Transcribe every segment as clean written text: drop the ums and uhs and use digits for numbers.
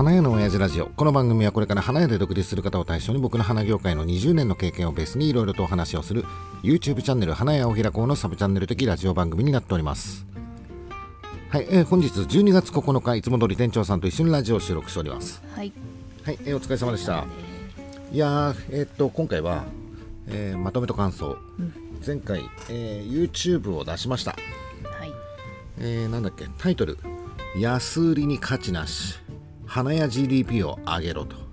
花屋の親父ラジオ。この番組はこれから花屋で独立する方を対象に僕の花業界の20年の経験をベースにいろいろとお話をする YouTube チャンネル花屋を開こうのサブチャンネル的ラジオ番組になっております。はい、本日12月9日いつも通り店長さんと一緒にラジオを収録しております。 はい、 はい、お疲れ様でした。いやー、今回は、まとめと感想、前回、YouTube を出しました。 はい、 なんだっけ、タイトル安売りに価値なし花屋 GDP を上げろと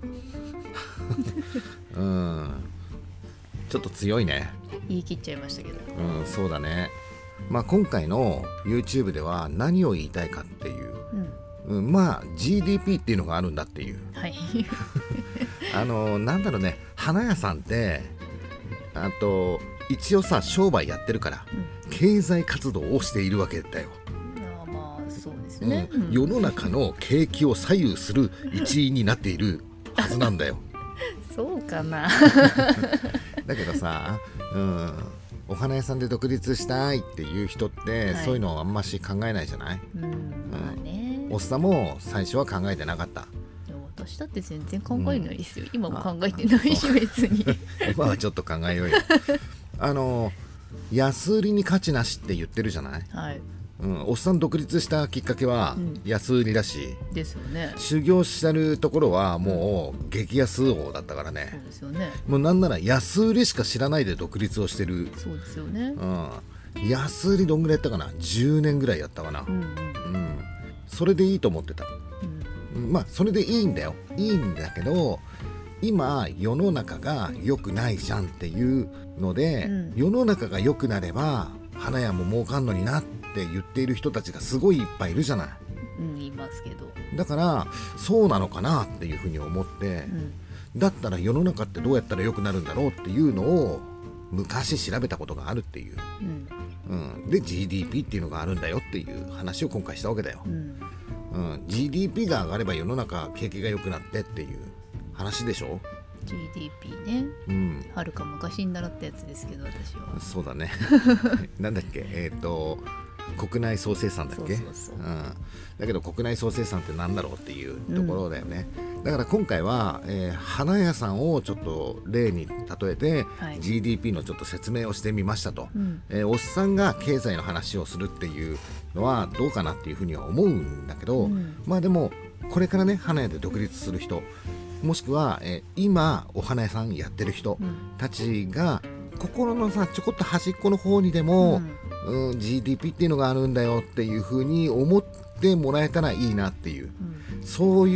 ちょっと強いね。 言い切っちゃいましたけど、 そうだね。まあ今回の YouTube では何を言いたいかっていう、まあ GDP っていうのがあるんだっていう、 はいなんだろうね、花屋さんってあと一応さ商売やってるから、経済活動をしているわけだよ。 まあそうですね、 世の中の景気を左右する一員になっているはずなんだよそうかなだけどさ、お花屋さんで独立したいっていう人って、そういうのをあんまし考えないじゃない。 まあね、 おっさんも最初は考えてなかった。 私だって全然考えないですよ、今も考えてないし別に今はちょっと考えようよ安売りに価値なしって言ってるじゃない。 はい、 おっさん独立したきっかけは安売りだし、 ですよね。 修行してるところはもう激安王だったからね。 そうですよね。 もうなんなら安売りしか知らないで独立をしてる。 そうですよね。 安売りどんぐらいやったかな、10年ぐらいやったかな。それでいいと思ってた。まあそれでいいんだよ、いいんだけど今世の中が良くないじゃんっていうので、世の中が良くなれば花屋も儲かんのになって言っている人たちがすごいいっぱいいるじゃない。 いますけど、 だからそうなのかなっていうふうに思って、だったら世の中ってどうやったら良くなるんだろうっていうのを昔調べたことがあるっていう、で GDP っていうのがあるんだよっていう話を今回したわけだよ。GDP が上がれば世の中景気が良くなってっていう話でしょ。 GDP ね、はるか昔に習ったやつですけど私は。 そうだねなんだっけ、国内総生産だっけ。だけど国内総生産ってなんだろうっていうところだよね。だから今回は、花屋さんをちょっと例に例えて、GDP のちょっと説明をしてみましたと、おっさんが経済の話をするっていうのはどうかなっていうふうには思うんだけど、まあでもこれからね花屋で独立する人もしくは、今お花屋さんやってる人たちが心のさちょこっと端っこの方にでも、GDP っていうのがあるんだよっていう風に思ってもらえたらいいなっていう、そういう、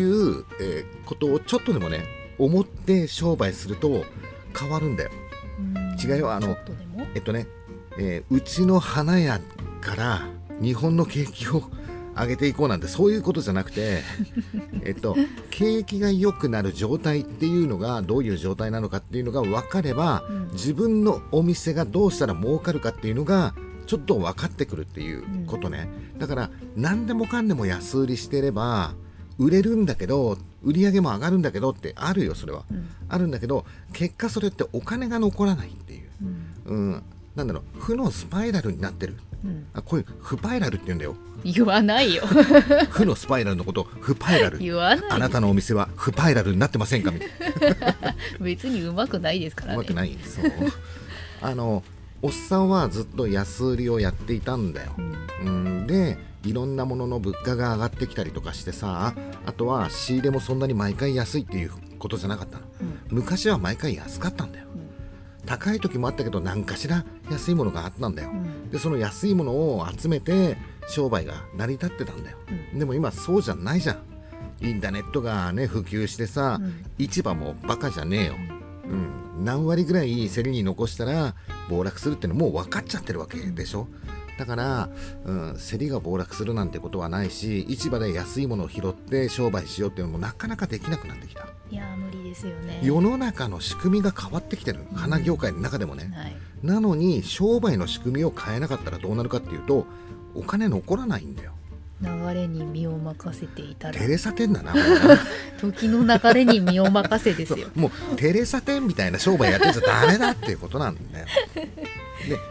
ことをちょっとでもね思って商売すると変わるんだよ。違うよ、うちの花屋から日本の景気を上げていこうなんてそういうことじゃなくて景気が良くなる状態っていうのがどういう状態なのかっていうのが分かれば、自分のお店がどうしたら儲かるかっていうのがちょっと分かってくるっていうことね。だから何でもかんでも安売りしてれば売れるんだけど売り上げも上がるんだけどってあるよ、それは、あるんだけど結果それってお金が残らないっていう、なんだろう、負のスパイラルになってる、こういうフパイラルって言うんだよ。 言わないよ負のスパイラルのことをフパイラル、 言わない。 あなたのお店はフパイラルになってませんかみたいな別にうまくないですからね。 うまくない。そうおっさんはずっと安売りをやっていたんだよ、でいろんなものの物価が上がってきたりとかしてさ、あとは仕入れもそんなに毎回安いっていうことじゃなかったの、昔は毎回安かったんだよ、高い時もあったけど何かしら安いものがあったんだよ、でその安いものを集めて商売が成り立ってたんだよ、でも今そうじゃないじゃん。インターネットがね普及してさ、市場もバカじゃねえよ、何割ぐらい競りに残したら暴落するってのもう分かっちゃってるわけでしょ。だから、競りが暴落するなんてことはないし、市場で安いものを拾って商売しようっていうのもなかなかできなくなってきた。 いや無理ですよね。 世の中の仕組みが変わってきてる、花業界の中でもね、なのに商売の仕組みを変えなかったらどうなるかっていうとお金残らないんだよ。 流れに身を任せていたらテレサテンだな時の流れに身を任せですよもうテレサテンみたいな商売やってちゃダメだっていうことなんだよで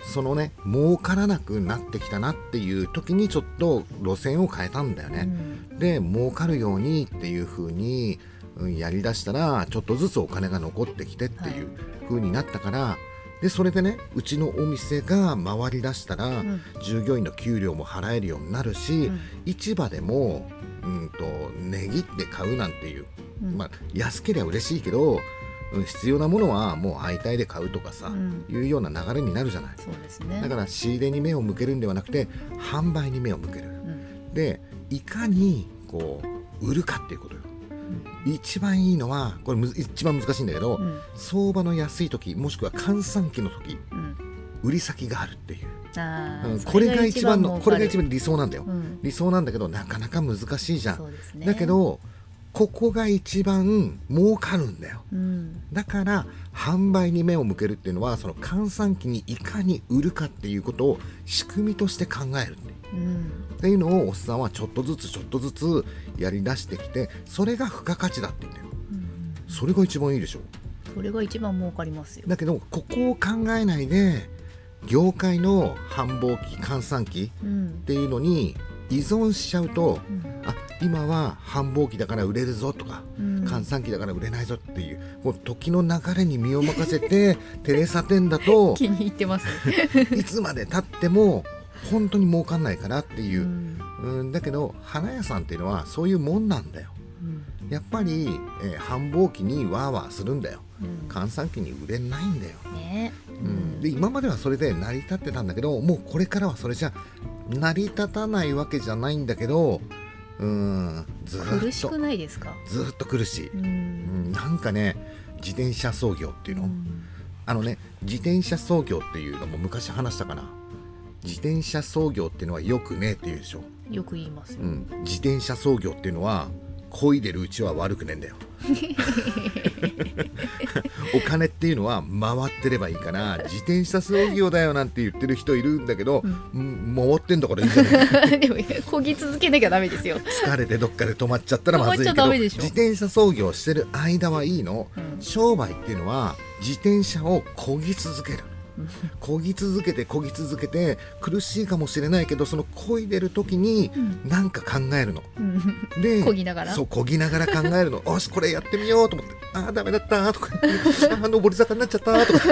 そのね儲からなくなってきたなっていう時にちょっと路線を変えたんだよね、で儲かるようにっていう風にやりだしたらちょっとずつお金が残ってきてっていう風になったから、でそれでねうちのお店が回りだしたら、従業員の給料も払えるようになるし、市場でも値切って買うなんていう、安ければ嬉しいけど必要なものはもう相対で買うとかさ、いうような流れになるじゃない。 そうですね。 だから仕入れに目を向けるんではなくて販売に目を向ける、でいかにこう売るかっていうことよ。一番いいのはこれ一番難しいんだけど、相場の安い時もしくは閑散期の時、売り先があるっていう、これが一番理想なんだよ、理想なんだけどなかなか難しいじゃん。そうですね。だけどここが一番儲かるんだよ、だから販売に目を向けるっていうのはその閑散期にいかに売るかっていうことを仕組みとして考えるっていうのをおっさんはちょっとずつやりだしてきて、それが付加価値だって言ってる、それが一番いいでしょ。 それが一番儲かりますよ。 だけどここを考えないで業界の繁忙期閑散期っていうのに依存しちゃうと、今は繁忙期だから売れるぞとか、閑散期だから売れないぞっていう、もう時の流れに身を任せてテレサテンだと気に入ってますいつまで経っても本当に儲かんないからっていう、だけど花屋さんっていうのはそういうもんなんだよ、やっぱり、繁忙期にワーワーするんだよ、閑散期に売れないんだよ、で今まではそれで成り立ってたんだけど、もうこれからはそれじゃ成り立たないわけじゃないんだけど、ずっと苦しくないですか？ ずっと苦しい、なんかね自転車操業っていうの、自転車操業っていうのも昔話したかな。自転車操業っていうのはよくねって言うでしょ。 よく言いますよ、 自転車操業っていうのは漕いでるうちは悪くねえんだよお金っていうのは回ってればいいから自転車操業だよなんて言ってる人いるんだけど、回ってんだからいいじゃないでも漕ぎ続けなきゃダメですよ。 疲れてどっかで止まっちゃったらまずいけど、自転車操業してる間はいいの、商売っていうのは自転車を漕ぎ続ける、漕ぎ続けて苦しいかもしれないけど、その漕いでる時に何か考えるの、で漕ぎながら考えるのよしこれやってみようと思って、ダメだったとか上り坂になっちゃったとか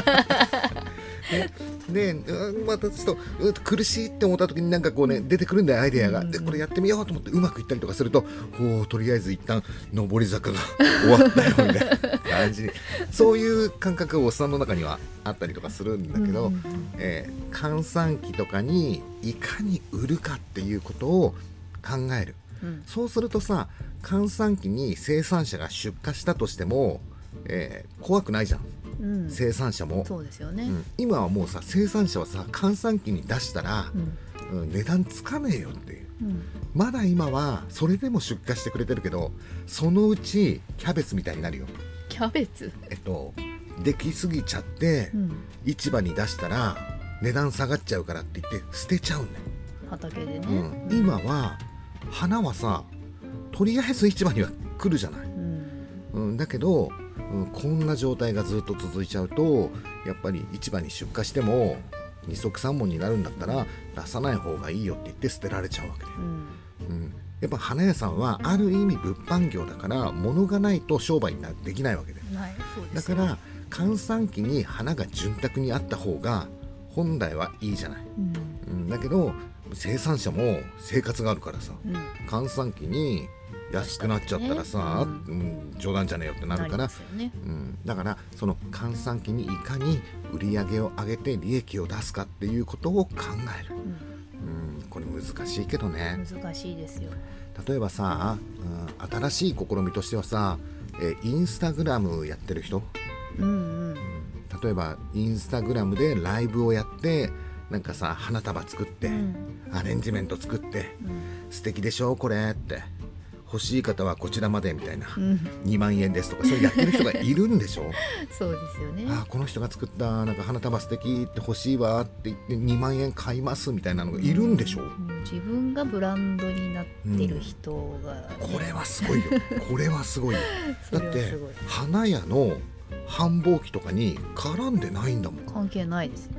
でまたちょっと苦しいって思った時になんかこうね出てくるんだよアイデアが、でこれやってみようと思ってうまくいったりとかすると、とりあえず一旦上り坂が終わったよみたいな感じにそういう感覚がおっさんの中にはあったりとかするんだけど、閑散期とかにいかに売るかっていうことを考える、そうするとさ閑散期に生産者が出荷したとしても、怖くないじゃん、生産者も。 そうですよね、 今はもうさ生産者はさ閑散期に出したら、値段つかねえよっていう、まだ今はそれでも出荷してくれてるけど、そのうちキャベツみたいになるよ。 キャベツできすぎちゃって、市場に出したら値段下がっちゃうからって言って捨てちゃうんだよ畑でね、 今は花はさとりあえず市場には来るじゃない、だけどこんな状態がずっと続いちゃうとやっぱり市場に出荷しても二足三文になるんだったら出さない方がいいよって言って捨てられちゃうわけで、やっぱ花屋さんはある意味物販業だから物がないと商売にできないわけで、だから閑散期に花が潤沢にあった方が本来はいいじゃない、だけど生産者も生活があるからさ、閑散期に安くなっちゃったらさ、冗談じゃねえよってなるから、だからその閑散期にいかに売り上げを上げて利益を出すかっていうことを考える、これ難しいけどね。 難しいですよ。 例えばさ、新しい試みとしてはさ、インスタグラムやってる人、例えばインスタグラムでライブをやってなんかさ花束作って、アレンジメント作って、素敵でしょこれって欲しい方はこちらまでみたいな、2万円ですとかそうやってる人がいるんでしょそうですよね。 この人が作ったなんか花束素敵って欲しいわって言って2万円買いますみたいなのがいるんでしょ、 自分がブランドになってる人が、 これはすごいよこれはすごいよだって花屋の繁忙期とかに絡んでないんだもん。 関係ないですよ。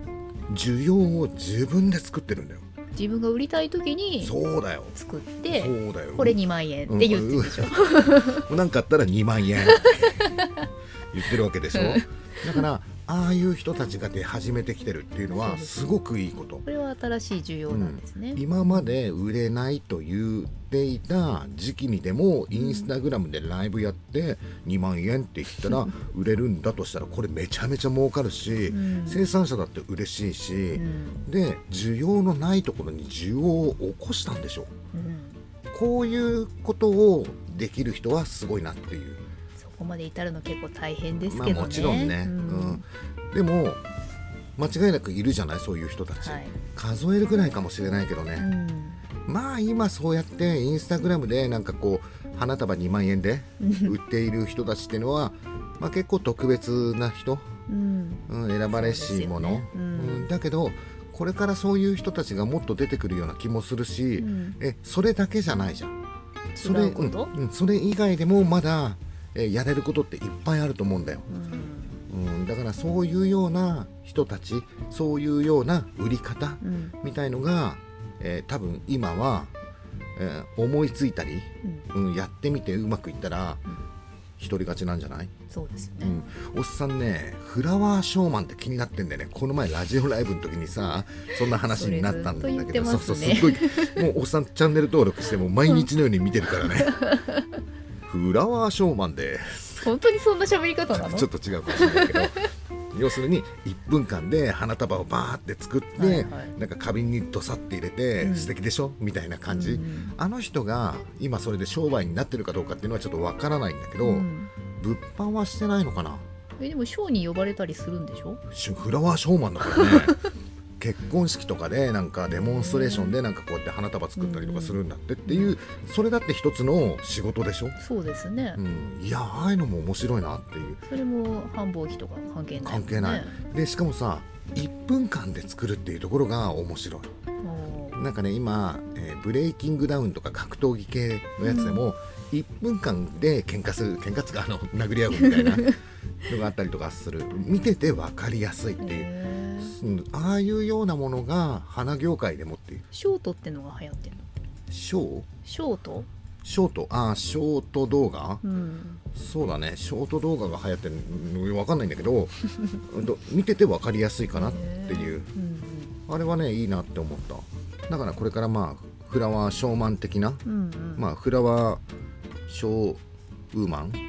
需要を自分で作ってるんだよ。 自分が売りたい時にそうだよ作ってそうだよこれ2万円って言ってるでしょ、 なんかあったら2万円言ってるわけでしょ。だからああいう人たちが出始めてきてるっていうのはすごくいいこと。 これは新しい需要なんですね、 今まで売れないと言っていた時期にでもインスタグラムでライブやって2万円って言ったら売れるんだとしたらこれめちゃめちゃ儲かるし、生産者だって嬉しいし、で需要のないところに需要を起こしたんでしょ、こういうことをできる人はすごいなっていう。 ここまで至るの結構大変ですけどね、 もちろんね、でも間違いなくいるじゃない、そういう人たち、数えるぐらいかもしれないけどね、まあ今そうやってインスタグラムでなんかこう花束2万円で売っている人たちっていうのはまあ結構特別な人、選ばれし者、だけどこれからそういう人たちがもっと出てくるような気もするし、それだけじゃないじゃん。それ以外でもまだやれることっていっぱいあると思うんだよ、だからそういうような人たち、そういうような売り方みたいのが、多分今は、思いついたり、やってみてうまくいったら、一人勝ちなんじゃない？ そうですよね、 おっさんねフラワーショーマンって気になってんだよね。この前ラジオライブの時にさそんな話になったんだけど、すごいもうおっさんチャンネル登録しても毎日のように見てるからねフラワーショーマンで本当にそんな喋り方なの？ ちょっと違うかもしれないけど要するに1分間で花束をバーって作って、なんか花瓶にドサって入れて、素敵でしょみたいな感じ、あの人が今それで商売になってるかどうかっていうのはちょっとわからないんだけど、物販はしてないのかな。 でもショーに呼ばれたりするんでしょ？ フラワーショーマンだからね結婚式とかでなんかデモンストレーションでなんかこうやって花束作ったりとかするんだってっていう、それだって一つの仕事でしょ。 そうですね、 いやああいうのも面白いなっていう。 それも繁忙期とか関係ない、 関係ないで、しかもさ1分間で作るっていうところが面白い。なんかね今、ブレイキングダウンとか格闘技系のやつでも、1分間で喧嘩つか殴り合うみたいなのがあったりとかする。見てて分かりやすいっていう、ああいうようなものが花業界でもっていう。 ショートってのが流行ってるの？ ショートショート動画、そうだね、ショート動画が流行ってるの分かんないんだけど見てて分かりやすいかなっていう、あれはねいいなって思った。だからこれからまあフラワーショーマン的な、まあフラワーショーウーマン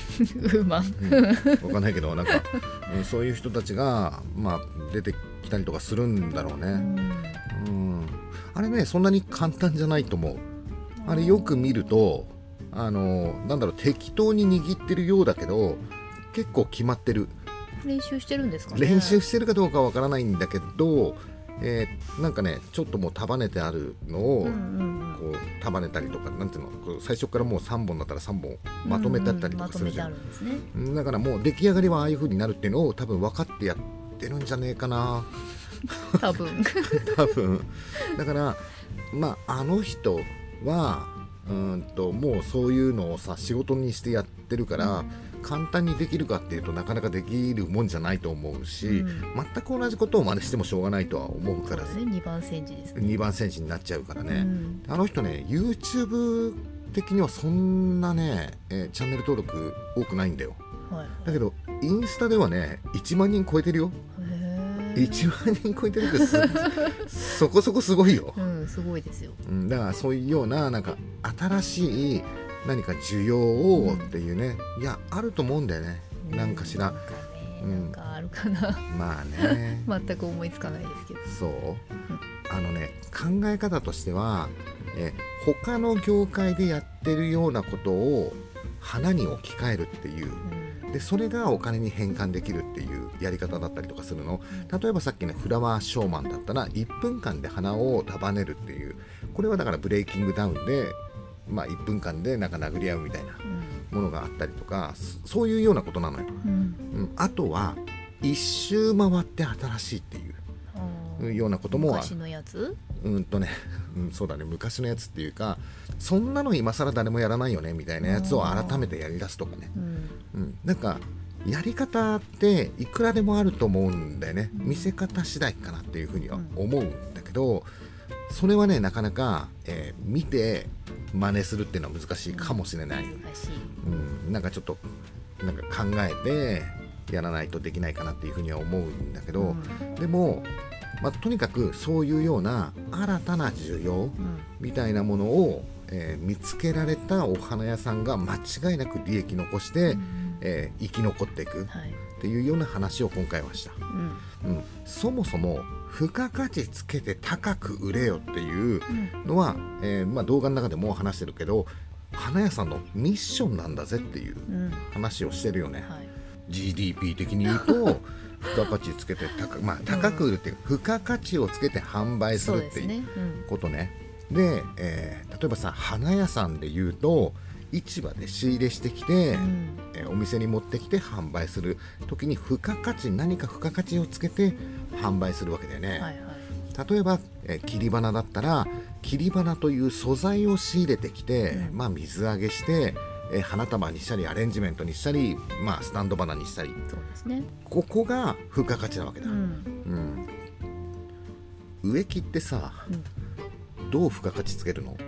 分かんないけどなんか、そういう人たちが、まあ、出てきたりとかするんだろうね、あれねそんなに簡単じゃないと思う。あれよく見るとなんだろう、適当に握ってるようだけど結構決まってる。 練習してるんですかね。 練習してるかどうかわからないんだけど、なんかねちょっともう束ねてあるのを、こう束ねたりとかなんていうの、こう最初からもう3本だったら3本まとめてあったりとかするじゃん、だからもう出来上がりはああいう風になるっていうのを多分分かってやってるんじゃねえかな多分だからまああの人はもうそういうのをさ仕事にしてやってるから、簡単にできるかっていうとなかなかできるもんじゃないと思うし、全く同じことを真似してもしょうがないとは思うから、 2番煎じですね。 2番煎じになっちゃうからね、あの人ね YouTube 的にはそんなね、チャンネル登録多くないんだよ、だけどインスタではね1万人超えてるよ。1万人超えてるってそこそこすごいよ、 すごいですよ、 だからそういうようななんか新しい何か需要をっていうね、いやあると思うんだよね、なんかしら、 なんかあるかなまあね全く思いつかないですけど、 そう、考え方としては、他の業界でやってるようなことを花に置き換えるっていう、でそれがお金に変換できるっていうやり方だったりとかするの。例えばさっきのフラワーショーマンだったら1分間で花を束ねるっていう、これはだからブレイキングダウンで、まあ、1分間でなんか殴り合うみたいなものがあったりとか、そういうようなことなのよ、あとは一周回って新しいっていうようなことも昔のやつそうだね、昔のやつっていうか、そんなの今更誰もやらないよねみたいなやつを改めてやりだすとかね、なんかやり方っていくらでもあると思うんだよね。見せ方次第かなっていうふうには思うんだけど、それはねなかなか、見て真似するっていうのは難しいかもしれない。なんかちょっとなんか考えてやらないとできないかなっていうふうには思うんだけど、でも、とにかくそういうような新たな需要みたいなものを、見つけられたお花屋さんが間違いなく利益残して、生き残っていくっていうような話を今回はした。そもそも付加価値つけて高く売れよっていうのは、動画の中でも話してるけど、花屋さんのミッションなんだぜっていう話をしてるよね。GDP 的に言うと付加価値つけて高く売るっていう、付加価値をつけて販売するっていうことね。で、例えばさ、花屋さんで言うと市場で仕入れしてきて、お店に持ってきて販売する時に何か付加価値をつけて販売するわけだよね。例えば、切り花だったら切り花という素材を仕入れてきて、水揚げして、花束にしたりアレンジメントにしたり、スタンド花にしたり、 そうですね、 ここが付加価値なわけだ。植木ってさ、どう付加価値つけるの？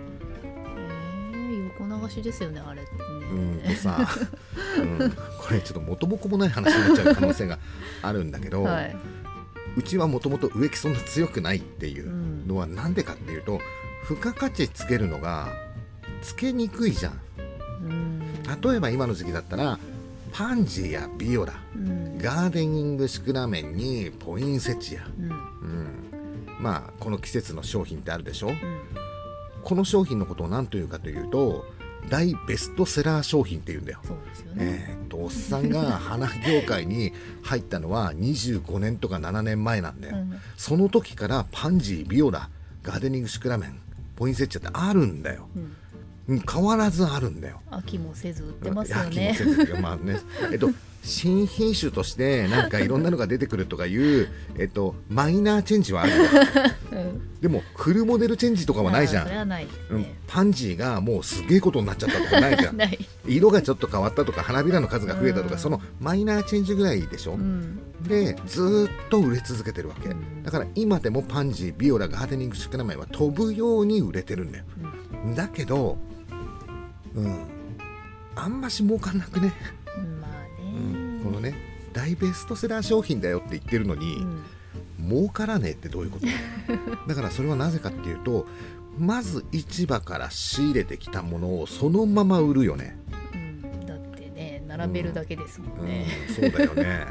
横流しですよね、あれってね。 さ、これちょっと元も子もない話になっちゃう可能性があるんだけど、うちはもともと植木そんな強くないっていうのはなんでかっていうと、付加価値つけるのがつけにくいじゃん。例えば今の時期だったらパンジーやビオラ、ガーデニングシクラメンにポインセチア、この季節の商品ってあるでしょ。この商品のことを何というかというと、大ベストセラー商品っていうんだよ。 そうですよね。 おっさんが花業界に入ったのは25年とか7年前なんだよ。その時からパンジー、ビオラ、ガーデニングシクラメン、ポインセチアってあるんだよ。変わらずあるんだよ。 飽きもせず売ってますよね。 飽きもせず新品種としてなんかいろんなのが出てくるとかいう、マイナーチェンジはあるよ。でもフルモデルチェンジとかはないじゃん。 それはないですね。 パンジーがもうすげえことになっちゃったとかないじゃん。色がちょっと変わったとか花びらの数が増えたとか、そのマイナーチェンジぐらいでしょ。でずっと売れ続けてるわけ。だから今でもパンジー、ビオラ、ガーデニングシクラメンは飛ぶように売れてるんだよ。だけどあんまし儲かんなくね。このね、大ベストセラー商品だよって言ってるのに、儲からねえってどういうことだからそれはなぜかっていうと、まず市場から仕入れてきたものをそのまま売るよね。 だってね、並べるだけですもんね。 そうだよね。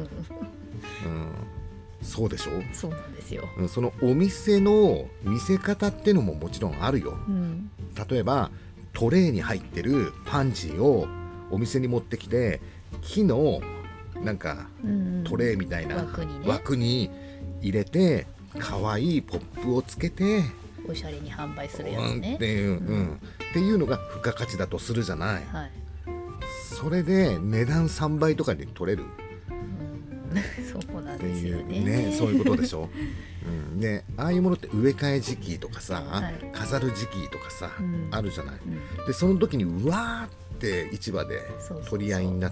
そうでしょ。 そうなんですよ。 そのお店の見せ方ってのももちろんあるよ。例えばトレーに入ってるパンジーをお店に持ってきて、木のなんかトレーみたいな枠に入れて、可愛いポップをつけておしゃれに販売するやつね。 っていうのが付加価値だとするじゃない。それで値段3倍とかで取れる。 そうなんですよね。 そういうことでしょ。で、ああいうものって植え替え時期とかさ、飾る時期とかさ、あるじゃない。でその時にうわーって市場で取り合いになって、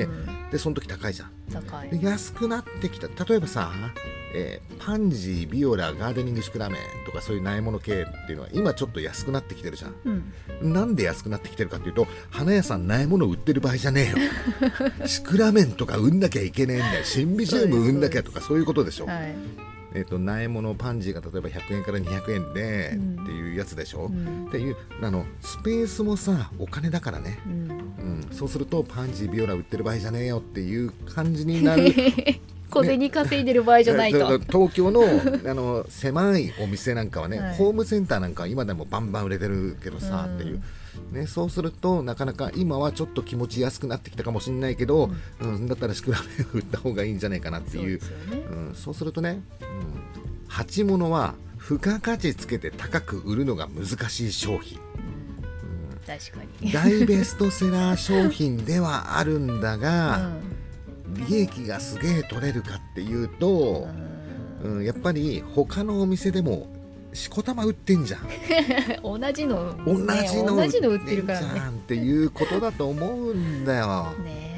でその時高いじゃん。で安くなってきた。例えばさ、パンジー、ビオラ、ガーデニングシクラメンとかそういう苗物系っていうのは今ちょっと安くなってきてるじゃん。なんで安くなってきてるかっていうと、花屋さん苗物売ってる場合じゃねえよ。シクラメンとか売んなきゃいけねえんだよ。シンビジウム売んなきゃとかそういうことでしょ。苗物パンジーが例えば100円から200円でっていうやつでしょ。っていうスペースもさお金だからね。そうするとパンジー、ビオラ売ってる場合じゃねえよっていう感じになる。 小銭稼いでる場合じゃないと。 東京の狭いお店なんかはね、ホームセンターなんかは今でもバンバン売れてるけどさっていうね。そうするとなかなか今はちょっと気持ち安くなってきたかもしれないけど、だったらシクラメン売った方がいいんじゃないかなっていう。そうするとね、鉢物は付加価値つけて高く売るのが難しい商品。 確かに大ベストセラー商品ではあるんだが、利益がすげえ取れるかっていうと、やっぱり他のお店でもしこたま売ってんじゃん。 同じの売ってるからねっていうことだと思うんだよ。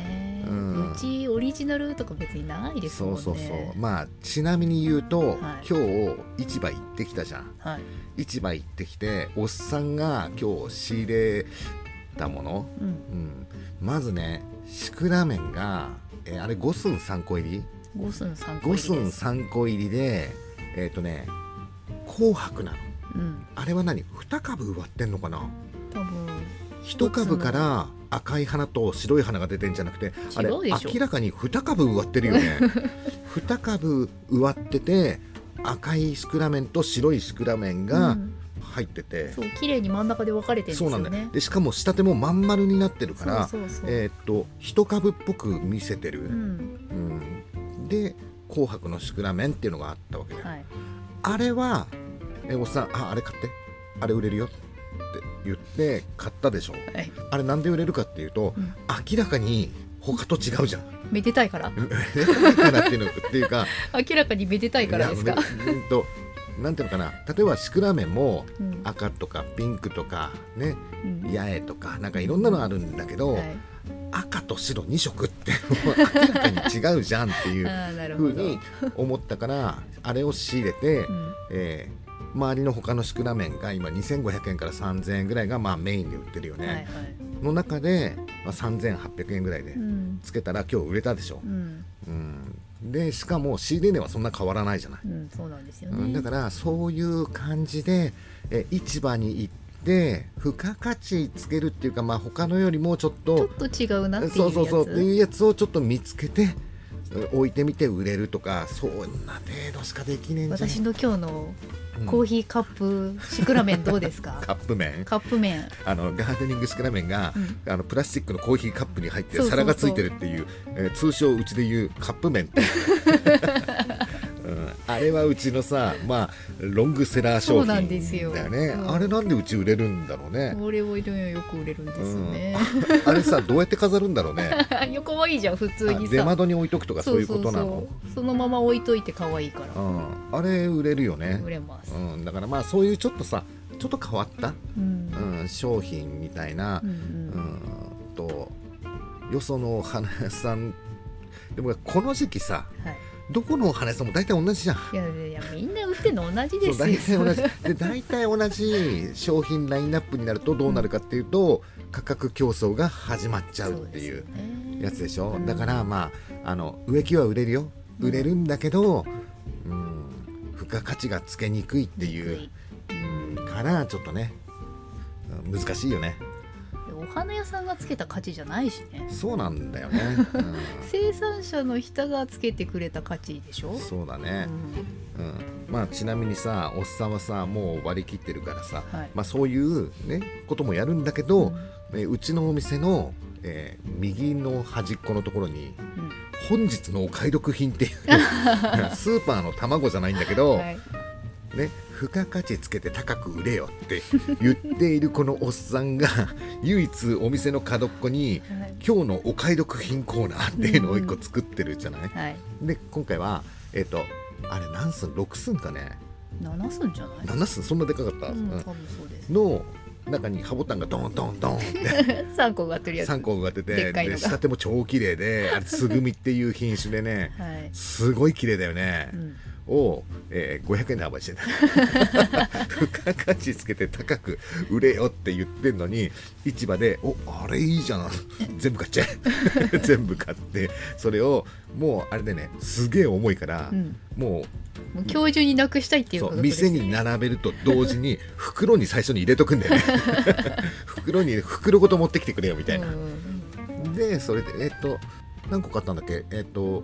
うちオリジナルとか別にないですもんね。 そうまあちなみに言うと、今日市場行ってきたじゃん、市場行ってきておっさんが今日仕入れたもの、まずねシクラメンが、あれ5寸3個入り 5寸3 個入りで紅白なの、あれは何2株植わってんのかな。 多分 1株から赤い花と白い花が出てんじゃなくて、あれ明らかに2株植わってるよね2株植わってて赤いシクラメンと白いシクラメンが入ってて、 そう綺麗に真ん中で分かれてるんですよね。 そうなんだよ。でしかも仕立てもまん丸になってるから1株っぽく見せてる、で紅白のシクラメンっていうのがあったわけだよ、あれはおっさんあれ買ってあれ売れるよって言って買ったでしょ、あれなんで売れるかっていうと、明らかに他と違うじゃん。 めでたいからめでたいからっていうか明らかにめでたいからですか。 なんていうのかな、例えばシクラメンも赤とかピンクとかね、八重とかなんかいろんなのあるんだけど、赤と白2色って明らかに違うじゃんっていうふうに思ったからあれを仕入れて、周りの他のシクラメンが今2500円から3000円ぐらいがまあメインで売ってるよね、の中で、3800円ぐらいでつけたら今日売れたでしょ、でしかも仕入れ値はそんな変わらないじゃない、 そうなんですよね。 だからそういう感じで市場に行って付加価値つけるっていうか、他のよりもちょっと違うなっていうやつ、 っていうやつをちょっと見つけて置いてみて売れるとか、そんな程度しかできねえんじゃない。 私の今日のコーヒーカップシクラメンどうですかカップ麺ガーデニングシクラメンが、プラスチックのコーヒーカップに入って皿がついてるっていう、通称うちでいうカップ麺ってあれはうちのさ、ロングセラー商品だよね。あれなんでうち売れるんだろうね。 これをよく売れるんですよね、 あれさどうやって飾るんだろうね可愛いじゃん普通にさ。 出窓に置いとくとかそういうことなの。 そのまま置いといて可愛いから、 あれ売れるよね。 売れます、 だからそういうちょっと変わった、商品みたいな、よその花屋さんでもこの時期さ、どこのお花屋さんも大体同じじゃん。 いやみんな売ってんの同じですよ。 大体同じ商品ラインナップになるとどうなるかっていうと、価格競争が始まっちゃうっていうやつでしょ。だから植木は売れるよ、売れるんだけど、付加価値がつけにくいっていうからちょっとね難しいよね。 お花屋さんがつけた価値じゃないしね。 そうなんだよね、 生産者の人がつけてくれた価値でしょ。 そうだね、ちなみにさおっさんはさもう割り切ってるからさ、そういうねこともやるんだけど、うちのお店の、右の端っこのところに、本日のお買い得品っていうスーパーの卵じゃないんだけど、付加価値つけて高く売れよって言っているこのおっさんが唯一お店の角っこに、今日のお買い得品コーナーっていうのを1個作ってるじゃない、で今回はあれ何寸6寸かね、 7寸じゃない 7寸そんなでかかった、 多分そうですの中にハボタンがドンドンドンって 3個植わってるやつ、 3個植わってて、で仕立ても超綺麗で、あれつぐみっていう品種でね、すごい綺麗だよね、を、500円で販売してた付加価値つけて高く売れよって言ってんのに、市場であれいいじゃん全部買っちゃえ全部買って、それをもうあれでねすげえ重いから、もう今日中になくしたいっていうことですね。 店に並べると同時に袋に最初に入れとくんだよね袋ごと持ってきてくれよみたいな、でそれで何個買ったんだっけ、 あれは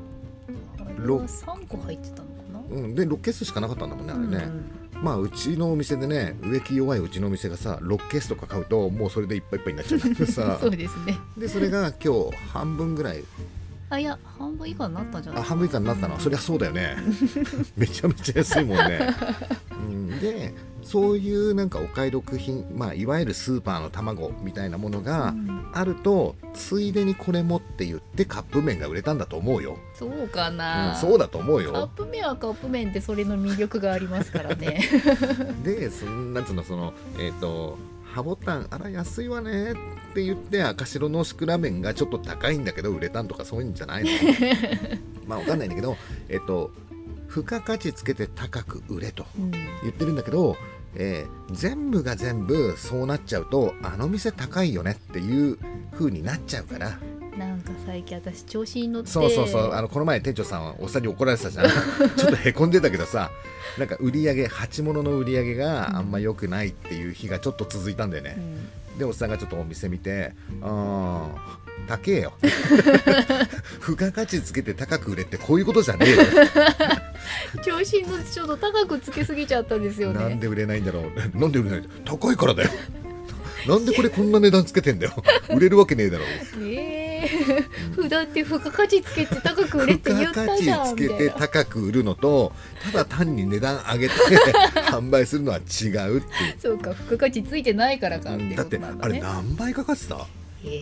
3個入ってたのかな、 で6ケースしかなかったんだもんね、あれね、うちのお店でね、植木弱いうちのお店がさ6ケースとか買うともうそれでいっぱいいっぱいになっちゃうんだけどさそうですね。 でそれが今日半分ぐらい、 いや半分以下になったんじゃないかな。 半分以下になったの、そりゃそうだよねめちゃめちゃ安いもんねでそういうなんかお買い得品、いわゆるスーパーの卵みたいなものがあると、ついでにこれもって言ってカップ麺が売れたんだと思うよ。 そうかな、 そうだと思うよ。 カップ麺はカップ麺ってそれの魅力がありますからねでなんつうのハボタンあら安いわねって言って赤白のシクラメンがちょっと高いんだけど売れたんとかそういうんじゃないのまあわかんないんだけど、付加価値つけて高く売れと言ってるんだけど、全部が全部そうなっちゃうとあの店高いよねっていう風になっちゃうから。 なんか最近私調子に乗って、 そうこの前店長さんはおっさんに怒られてたじゃんちょっとへこんでたけどさ、なんか鉢物の売り上げがあんま良くないっていう日がちょっと続いたんだよね、でおっさんがちょっとお店見て高えよ付加価値つけて高く売れってこういうことじゃねえよ調子に乗ってちょっと高くつけすぎちゃったんですよね。 なんで売れないんだろうなんで売れないんだ高いからだよなんでこれこんな値段つけてんだよ売れるわけねえだろ普段って付加価値つけて高く売れって言ったじゃんみたいな。付加価値つけて高く売るのとただ単に値段上げて販売するのは違うっていうそうか、付加価値ついてないからかっていうことなんだね。 だってあれ何倍かかってた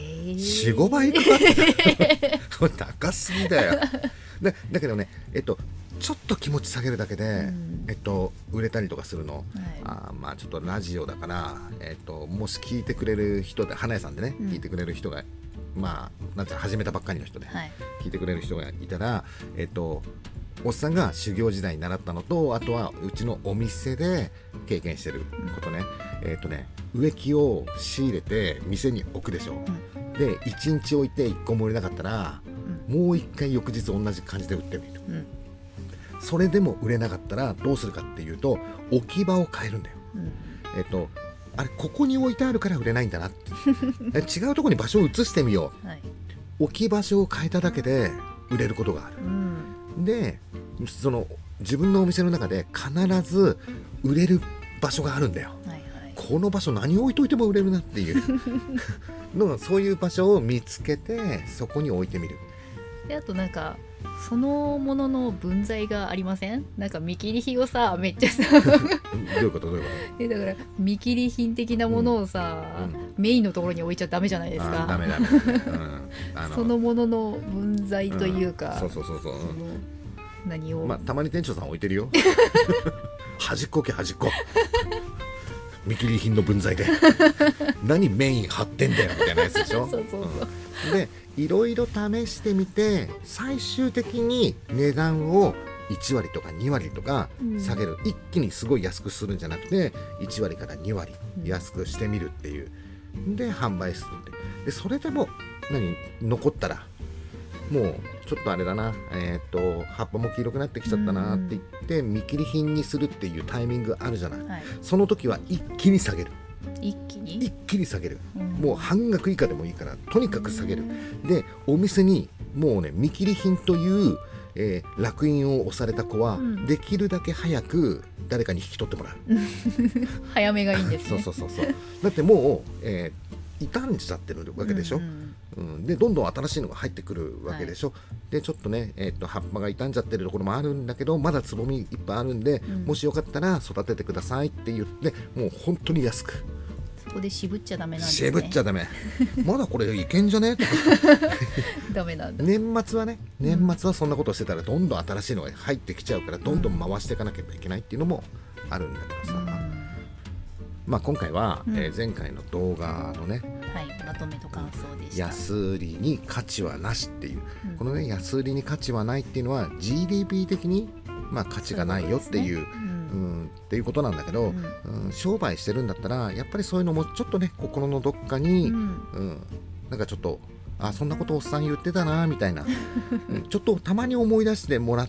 ？4、5倍かかってた高すぎだよだけどね、ちょっと気持ち下げるだけで、売れたりとかするの、まあちょっとラジオだから、もし聞いてくれる人で花屋さんでね、聞いてくれる人がまあなんて始めたばっかりの人で、聞いてくれる人がいたら、おっさんが修行時代に習ったのと、あとはうちのお店で経験してることね、植木を仕入れて店に置くでしょ、で1日置いて1個も売れなかったら、もう1回翌日同じ感じで売ってみる、それでも売れなかったらどうするかっていうと置き場を変えるんだよ、あれここに置いてあるから売れないんだなって違うところに場所を移してみよう、置き場所を変えただけで売れることがある、でその自分のお店の中で必ず売れる場所があるんだよ、この場所何を置いといても売れるなっていうのそういう場所を見つけてそこに置いてみる。 であとなんかそのものの分際がありません？なんか見切り品をさめっちゃさどういうことだから見切り品的なものをさ、メインのところに置いちゃダメじゃないですか。 ダメ、 そのものの分際というか、 そう何を、 たまに店長さん置いてるよ端っこ見切り品の分際で何メイン張ってんだよみたいなやつでしょでいろいろ試してみて最終的に値段を1割とか2割とか下げる、一気にすごい安くするんじゃなくて1割から2割安くしてみるっていうで販売するってで、それでも残ったらもうちょっとあれだな、葉っぱも黄色くなってきちゃったなって言って見切り品にするっていうタイミングあるじゃない、その時は一気に下げる、一気に下げる、もう半額以下でもいいからとにかく下げる、でお店にもうね見切り品という、烙印を押された子は、できるだけ早く誰かに引き取ってもらう早めがいいんですね。 そうだってもう、傷んじゃってるわけでしょ、でどんどん新しいのが入ってくるわけでしょ、でちょっとね、葉っぱが傷んじゃってるところもあるんだけどまだつぼみいっぱいあるんで、もしよかったら育ててくださいって言ってもう本当に安く。 そこで渋っちゃダメなんですね。 渋っちゃダメまだこれいけんじゃねとかダメなんだ。 年末はそんなことをしてたらどんどん新しいのが入ってきちゃうからどんどん回していかなければいけないっていうのもあるんだけどさ、今回は、前回の動画のね、 まとめと感想でした。 安売りに価値はなしっていう、このね安売りに価値はないっていうのは GDP 的に価値がないよっていう、っていうことなんだけど、商売してるんだったらやっぱりそういうのもちょっとね心のどっかに、なんかちょっとそんなことおっさん言ってたなみたいなちょっとたまに思い出してもらって、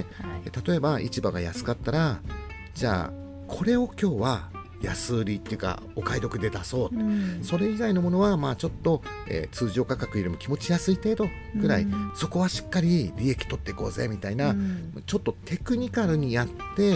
例えば市場が安かったらじゃあこれを今日は安売りっていうかお買い得で出そう、それ以外のものはちょっと、通常価格よりも気持ち安い程度ぐらい、そこはしっかり利益取っていこうぜみたいな、ちょっとテクニカルにやって、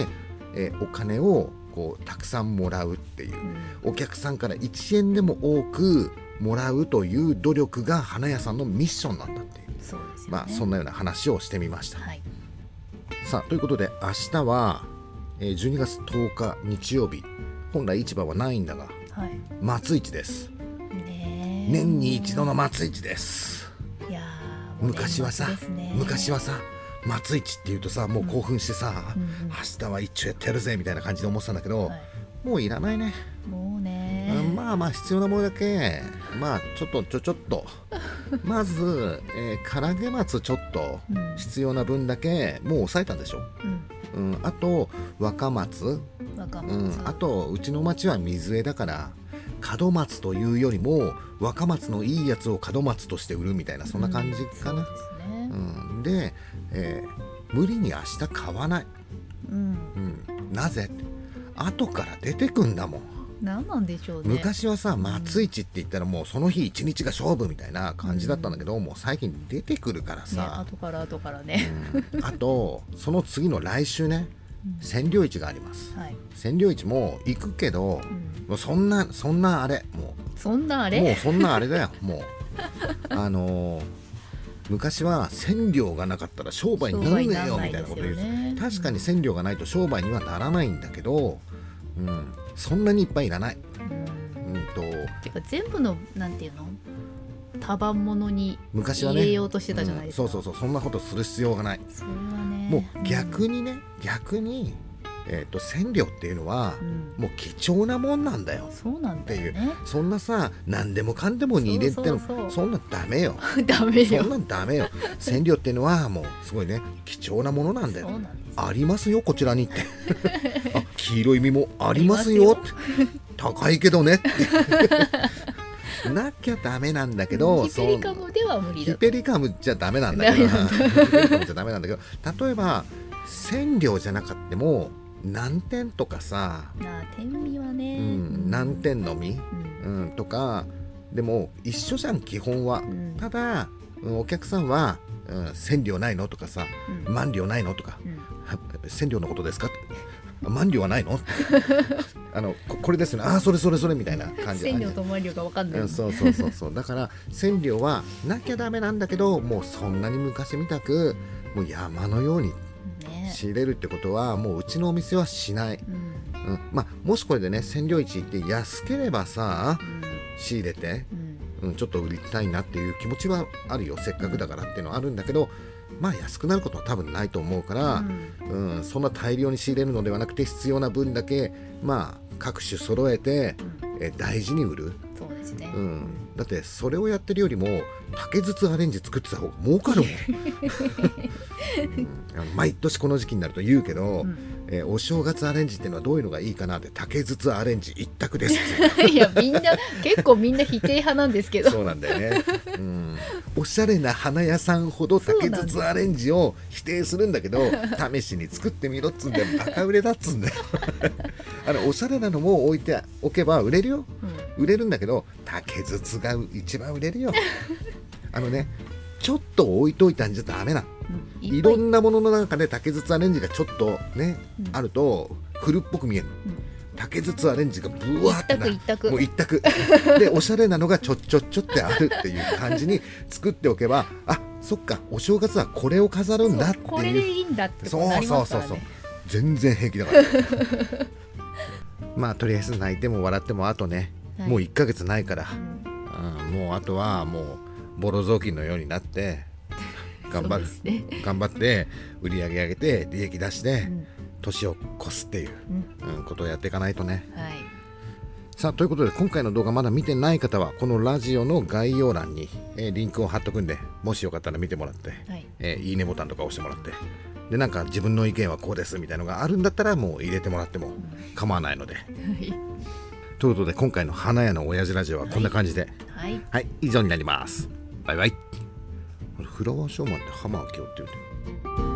お金をこうたくさんもらうっていう、お客さんから1円でも多くもらうという努力が花屋さんのミッションなんだっていう、 そうですよね、 そんなような話をしてみました、さあということで明日は、12月10日日曜日、本来市場はないんだが、松市です、年に一度の松市です。 いや昔はさ松市っていうとさもう興奮してさ、明日は一丁やってやるぜみたいな感じで思ってたんだけど、もういらないね。 もうねまあ必要なものだけちょっとまず、唐揚げ松ちょっと必要な分だけもう抑えたんでしょ、あと若松、あとうちの町は水江だから門松というよりも若松のいいやつを門松として売るみたいな、そんな感じかな。で、無理に明日買わない、なぜ後から出てくんだもん。 何なんでしょうね。 昔はさ松市って言ったらもうその日一日が勝負みたいな感じだったんだけど、もう最近出てくるからさ、 後からね、 あとその次の来週ね、千両市があります、千両市も行くけど、もうそんなあれもうそんなあれだよもう昔は千両がなかったら商売にならねえよみたいなこと言う、確かに千両がないと商売にはならないんだけど、そんなにいっぱいいらない。 てか全部のなんていうの束物に入れようとしてたじゃないですか。 そうそんなことする必要がない。 それはね、 もう逆に千両っていうのは、もう貴重なもんなんだよ。 そうなんだよね。 っていう、そんなさ何でもかんでもに入れてもそんなんダメよ。 ダメよ。 そんなんダメよ。千両っていうのはもうすごいね貴重なものなんだよ。ありますよこちらにって。あ、黄色い実もありますよって。高いけどねって。なきゃダメなんだけど、 ヒペリカムでは無理だ。 ヒペリカムじゃダメなんだけど、ヒペリカムじゃダメなんだけど、例えば千両じゃなかっても南天とかさ、 天実はね、 南天の実、とかでも一緒じゃん基本は。ただお客さんは、千両ないのとかさ、万両ないのとか、千両のことですか、万両はないのこれですよね、ああそれみたいな感じで、 千両と万両が分かんない、 そうだから千両はなきゃダメなんだけど、もうそんなに昔みたくもう山のように仕入れるってことはもううちのお店はしない、もしこれでね千両市行って安ければさ、仕入れて、ちょっと売りたいなっていう気持ちはあるよ、せっかくだからっていうのはあるんだけど、安くなることは多分ないと思うから、そんな大量に仕入れるのではなくて必要な分だけ各種揃えて、大事に売る。 そうですね、 だってそれをやってるよりも竹筒アレンジ作ってた方が儲かるもん。毎年この時期になると言うけど、お正月アレンジっていうのはどういうのがいいかなって、竹筒アレンジ一択です。 いや結構みんな否定派なんですけど。 そうなんだよね、おしゃれな花屋さんほど竹筒アレンジを否定するんだけど、試しに作ってみろっつんでバカ売れだっつんだよ。おしゃれなのも置いておけば売れるよ、売れるんだけど竹筒が一番売れるよ。ちょっと置いといたんじゃダメな、いろんなものの中で竹筒アレンジがちょっとね、あると古っぽく見える、竹筒アレンジがブワーってなる、もう一択でおしゃれなのがちょってあるっていう感じに作っておけば、あ、そっかお正月はこれを飾るんだっていう、 これでいいんだってことになりますからね。 そう全然平気だからとりあえず泣いても笑ってもあとね、もう1ヶ月ないから、もうあとはもうボロ雑巾のようになって頑張って売り上げ上げて利益出して年を越すっていう、ことをやっていかないとね。さあということで今回の動画まだ見てない方はこのラジオの概要欄に、リンクを貼っとくんで、もしよかったら見てもらって、いいねボタンとか押してもらって、でなんか自分の意見はこうですみたいなのがあるんだったらもう入れてもらっても構わないので、ということで今回の花屋の親父ラジオはこんな感じで、以上になります。バイバイ。フラワーショーマンって浜明夫って言うてる。